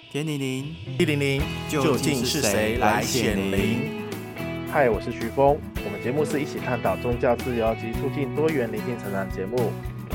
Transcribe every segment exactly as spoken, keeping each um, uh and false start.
天灵灵， 地灵灵，究竟是谁来显灵？ 嗨，我是徐峰，我们节目是一起探讨宗教自由及促进多元灵性成长节目。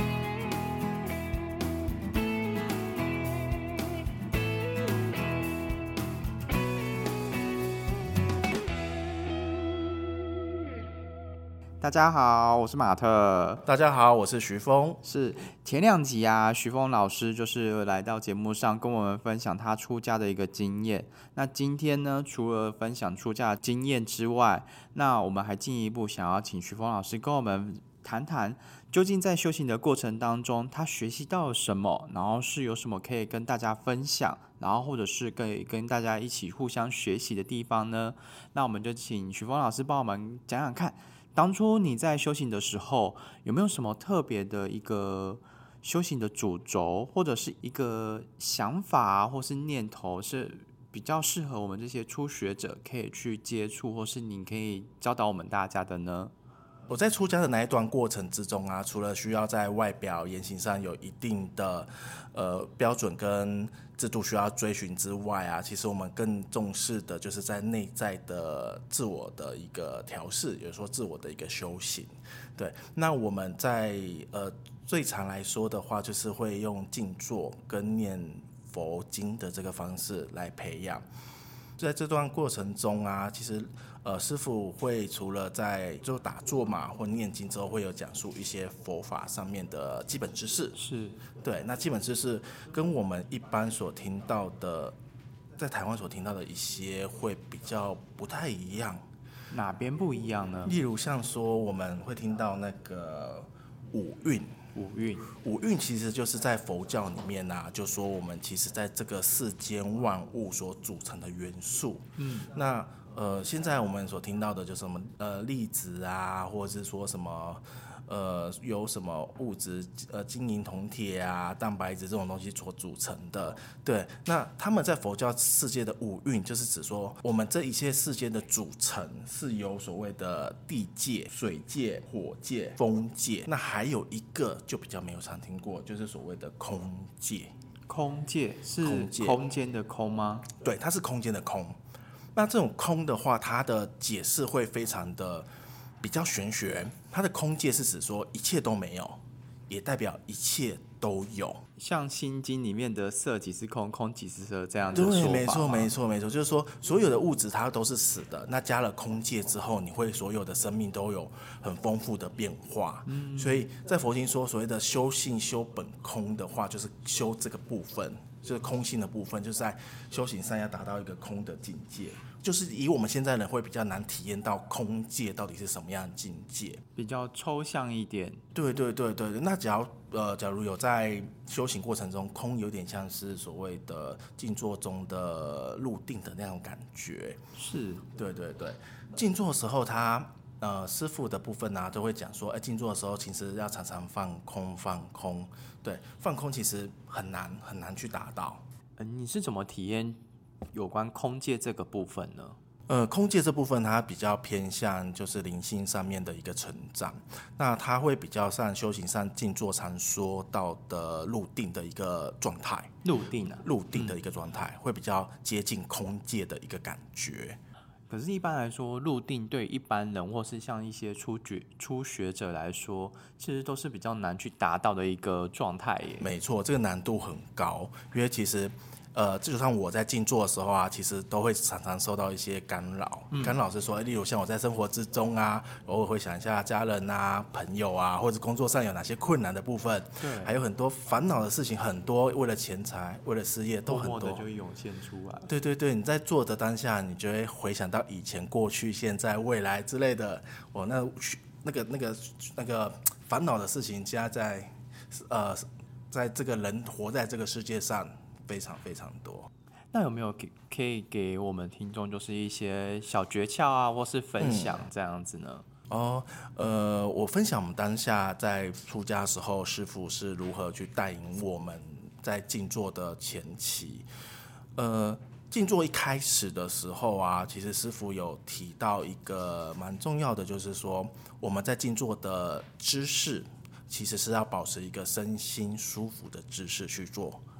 大家好，我是马特。 大家好，我是徐峰。 是前两集啊，徐峰老师就是来到节目上跟我们分享他出家的一个经验。那今天呢，除了分享出家的经验之外，那我们还进一步想要请徐峰老师跟我们谈谈，究竟在修行的过程当中，他学习到了什么，然后是有什么可以跟大家分享，然后或者是可以跟大家一起互相学习的地方呢？那我们就请徐峰老师帮我们讲讲看。当初你在修行的时候，有没有什么特别的一个修行的主轴，或者是一个想法，或是念头，是比较适合我们这些初学者可以去接触，或是你可以教导我们大家的呢？ 我在出家的那一段过程之中啊，除了需要在外表言行上有一定的呃标准跟制度需要追寻之外啊，其实我们更重视的就是在内在的自我的一个调试，也就是说自我的一个修行。对，那我们在呃最常来说的话，就是会用静坐跟念佛经的这个方式来培养。在这段过程中啊，其实呃师父会除了在就打坐嘛或念经之后，会有讲述一些佛法上面的基本知识。 是， 对，那基本知识跟我们一般所听到的，在台湾所听到的一些会比较不太一样。 哪边不一样呢？ 例如像说我们会听到那个五蕴。 五蕴， 五蕴其实就是在佛教里面啊，就说我们其实在这个世间万物所组成的元素。嗯，那呃，现在我们所听到的就是什么呃粒子啊，或者是说什么呃有什么物质呃金银铜铁啊、蛋白质这种东西所组成的。对，那他们在佛教世界的五蕴，就是指说我们这一切世间的组成是由所谓的地界、水界、火界、风界，那还有一个就比较没有常听过，就是所谓的空界。 空界是空界空间的空吗？ 对，它是空间的空。那这种空的话，它的解释会非常的比较玄学。它的空界是指说一切都没有，也代表一切都有。 像《心经》里面的色即是空，空即是色这样的说法吗？ 对，没错，没错，没错，就是说所有的物质它都是死的，那加了空界之后，你会所有的生命都有很丰富的变化。嗯，所以在佛经说所谓的修性修本空的话，就是修这个部分。就是空性的部分，就是在修行上要达到一个空的境界，就是以我们现在人会比较难体验到空界到底是什么样的境界， 比较抽象一点。 对对对对对，那假如呃，假如有在修行过程中，空有点像是所谓的静坐中的入定的那种感觉。 是， 对对对，静坐的时候他。呃，师父的部分呢、啊，都会讲说，哎，静坐的时候其实要常常放空，放空。对，放空其实很难很难去达到。 呃，你是怎么体验有关空界这个部分呢？ 呃，空界这部分它比较偏向就是灵性上面的一个成长，那它会比较像修行上静坐常说到的入定的一个状态。 入定啊， 入定的一个状态、嗯、会比较接近空界的一个感觉。 可是，一般来说，入定对一般人或是像一些初学初学者来说，其实都是比较难去达到的一个状态耶。 没错，这个难度很高，因为其实，呃，就像我在静坐的时候啊，其实都会常常受到一些干扰。嗯、干扰是说，例如像我在生活之中啊，偶尔会想一下家人啊、朋友啊，或者工作上有哪些困难的部分， 对， 还有很多烦恼的事情，很多为了钱财、为了事业都很多， 默默的就会涌现出来。 对对对，你在做的当下，你就会回想到以前、过去、现在、未来之类的，我那那个那个那个烦恼的事情，加在呃，在这个人活在这个世界上。非常非常多。 那有没有给可以给我们听众就是一些小诀窍啊，或是分享这样子呢？ 嗯、哦，呃，我分享我们当下在出家的时候，师父是如何去带领我们在静坐的前期。呃，静坐一开始的时候啊，其实师父有提到一个蛮重要的，就是说我们在静坐的姿势，其实是要保持一个身心舒服的姿势去做。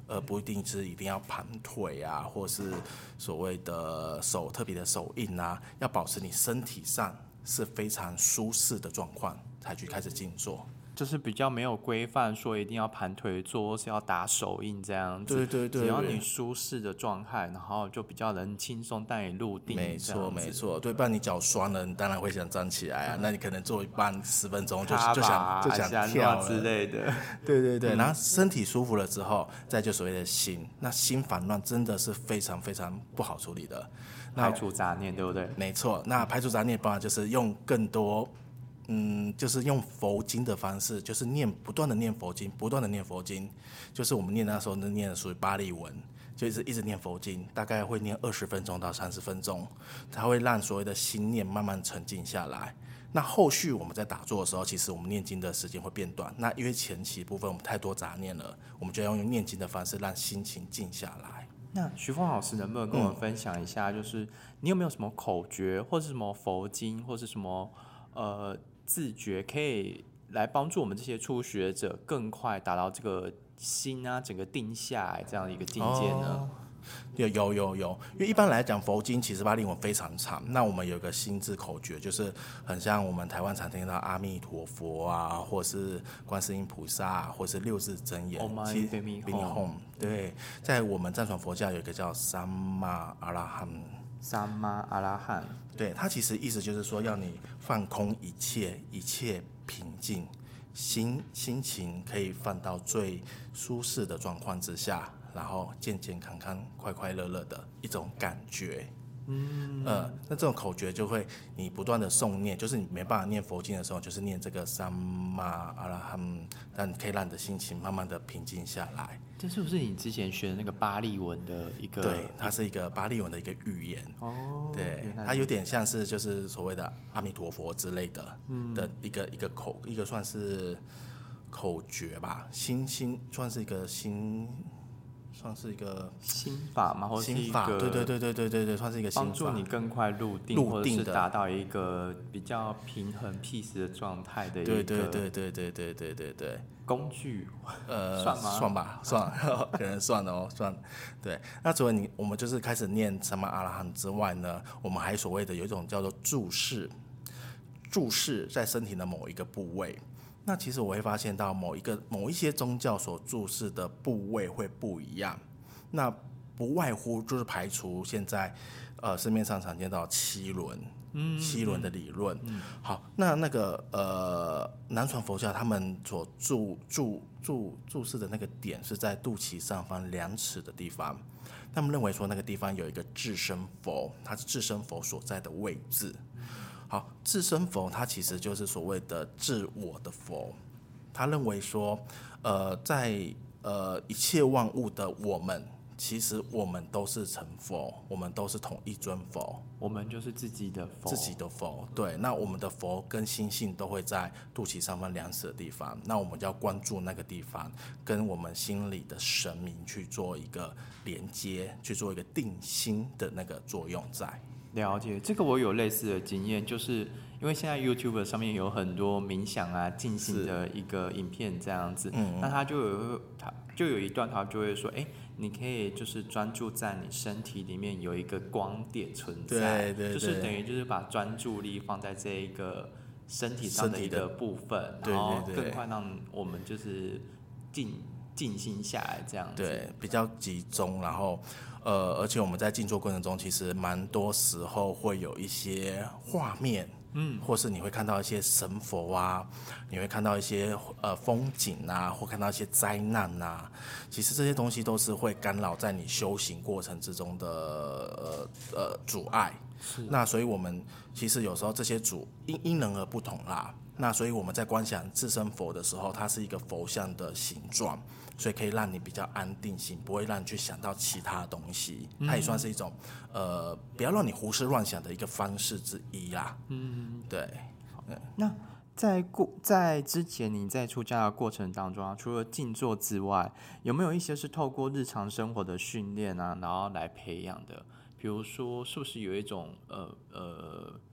而不一定是一定要盘腿啊，或是所谓的手特别的手印啊，要保持你身体上是非常舒适的状况才去开始静坐。 就是比较没有规范说一定要盘腿坐或是要打手印这样子， 对对对， 只要你舒适的状态，然后就比较能轻松带你入定。 没错没错，对，不然你脚酸了，你当然会想站起来啊。嗯、那你可能做一半十分钟就就想就想跳了之类的。 对对对，然后身体舒服了之后，再就所谓的心，那心烦乱真的是非常非常不好处理的。 排除杂念，对不对？ 没错，那排除杂念办法就是用更多。嗯，就是用佛经的方式，就是念不断的念佛经，不断的念佛经，就是我们念那时候念的属于巴利文，就是一直念佛经，大概会念二十分钟到三十分钟，它会让所谓的心念慢慢沉静下来。那后续我们在打坐的时候，其实我们念经的时间会变短。那因为前期部分我们太多杂念了，我们就要用念经的方式让心情静下来。 那徐峰老师能不能跟我们分享一下，就是你有没有什么口诀，或是什么佛经，或是什么呃？自觉可以来帮助我们这些初学者更快达到这个心啊整个定下来这样的一个境界呢？ 哦、有有有有，因为一般来讲佛经其实巴利文非常长，那我们有个心字口诀，就是很像我们台湾常听到阿弥陀佛啊，或是观世音菩萨，或是六字真言。 Oh my baby home。 对，在我们藏传佛教有一个叫三玛阿拉汉。 三玛阿拉汉， 对，它其实意思就是说，要你放空一切，一切平静，心心情可以放到最舒适的状况之下，然后健健康康、快快乐乐的一种感觉。嗯，呃，那这种口诀就会你不断的诵念，就是你没办法念佛经的时候，就是念这个三玛阿拉汉，但可以让你的心情慢慢的平静下来。 这是不是你之前学的那个巴利文的一个？ 对，它是一个巴利文的一个语言。 哦， 对，它有点像是就是所谓的阿弥陀佛之类的、嗯、的一个一个口一个算是口诀吧，心心算是一个心。算是一个心法嘛，或是一个心法，对对对对对对对，算是一个心法， 帮助你更快入定， 入定或者是达到一个比较平衡 peace 的状态的一个， 对对对对对对对对对工具， 呃， 算吗？ 算吧，算，可能算了哦，算。对，那除了你，我们就是开始念三玛阿拉汉之外呢，我们还所谓的有一种叫做注释，注释在身体的某一个部位。那其实我会发现到某一个某一些宗教所注释的部位会不一样，那不外乎就是排除现在呃市面上常见到七轮，嗯，七轮的理论。嗯，好，那那个呃南传佛教他们所注注注注释的那个点是在肚脐上方两尺的地方，他们认为说那个地方有一个至身佛，它是至身佛所在的位置。好，至身佛它其实就是所谓的至我的佛，他认为说，呃，在呃一切万物的我们，其实我们都是成佛，我们都是同一尊佛， 我们就是自己的佛， 自己的佛。对，那我们的佛跟心性都会在肚脐上方两尺的地方，那我们就要关注那个地方，跟我们心里的神明去做一个连接，去做一个定心的那个作用在。 了解，这个我有类似的经验，就是因为现在 YouTube 上面有很多冥想啊、静心的一个影片这样子，嗯、那他就有他就有一段，他就会说，哎，你可以就是专注在你身体里面有一个光点存在， 对对对， 就是等于就是把专注力放在这一个身体上的一个部分， 对对对， 然后更快让我们就是静静心下来这样子， 对，比较集中，然后。呃，而且我们在静坐过程中，其实蛮多时候会有一些画面，嗯，或是你会看到一些神佛啊，你会看到一些呃风景啊，或看到一些灾难啊，其实这些东西都是会干扰在你修行过程之中的呃呃阻碍。那所以我们其实有时候这些阻因因人而不同啦。那所以我们在观想自身佛的时候，它是一个佛像的形状，所以可以让你比较安定心，不会让你去想到其他的东西。它也算是一种呃，不要让你胡思乱想的一个方式之一啦。嗯，对。 嗯、那在过在之前你在出家的过程当中啊，除了静坐之外，有没有一些是透过日常生活的训练啊，然后来培养的？比如说，是不是有一种呃呃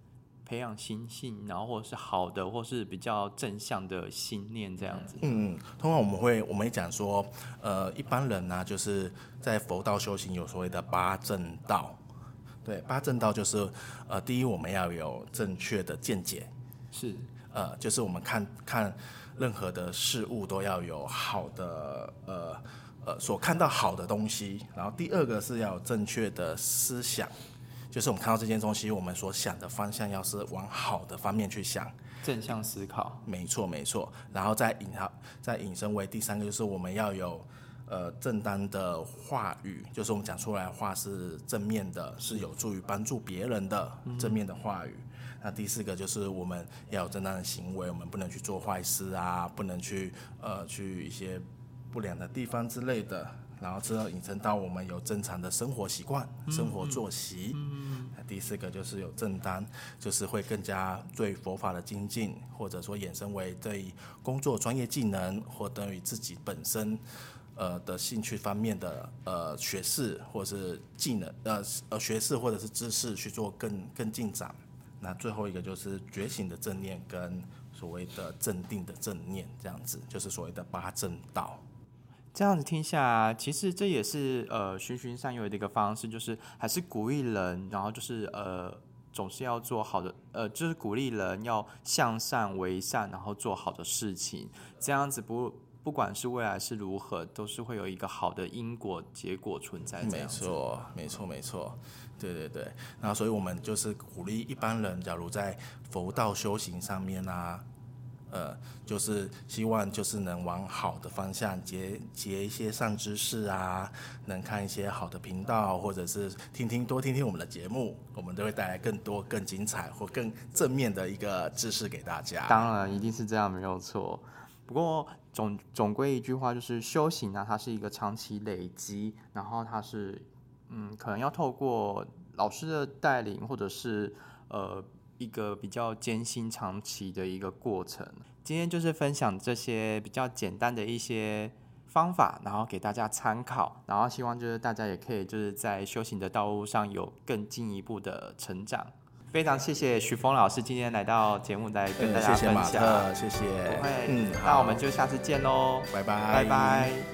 培养心性，然后或者是好的，或是比较正向的信念这样子。 嗯，通常我们会我们会讲说，呃，一般人呢、啊，就是在佛道修行有所谓的八正道。对，八正道就是，呃，第一我们要有正确的见解， 是， 呃，就是我们看看任何的事物都要有好的，呃呃，所看到好的东西。然后第二个是要有正确的思想。就是我们看到这件东西，我们所想的方向要是往好的方面去想， 正向思考。 没错没错。然后再引再引申为第三个，就是我们要有呃正当的话语，就是我们讲出来的话是正面的，是有助于帮助别人的正面的话语。嗯、那第四个就是我们要有正当的行为，我们不能去做坏事啊，不能去呃去一些不良的地方之类的。然后之后引申到我们有正常的生活习惯、生活作息。嗯、第四个就是有正当，就是会更加对佛法的精进，或者说衍生为对工作专业技能，或对于自己本身呃的兴趣方面的呃学识或者是技能呃呃学识或者是知识去做更更进展。那最后一个就是觉醒的正念跟所谓的镇定的正念，这样子就是所谓的八正道。 这样子听下来，其实这也是呃循循善诱的一个方式，就是还是鼓励人，然后就是呃总是要做好的，呃就是鼓励人要向善为善，然后做好的事情，这样子不不管是未来是如何，都是会有一个好的因果结果存在。 没错，没错，没错，对对对。然后所以我们就是鼓励一般人，假如在佛道修行上面啊。呃，就是希望就是能往好的方向结结一些善知识啊，能看一些好的频道，或者是听听多听听我们的节目，我们都会带来更多更精彩或更正面的一个知识给大家。 当然一定是这样，没有错。不过总总归一句话，就是修行啊，它是一个长期累积，然后它是嗯，可能要透过老师的带领，或者是呃。一个比较艰辛长期的一个过程。今天就是分享这些比较简单的一些方法，然后给大家参考，然后希望就是大家也可以就是在修行的道路上有更进一步的成长。非常谢谢许峰老师今天来到节目来跟大家分享， 嗯、谢谢马特，谢谢。 不会，嗯，那我们就下次见喽， 拜拜， 拜拜。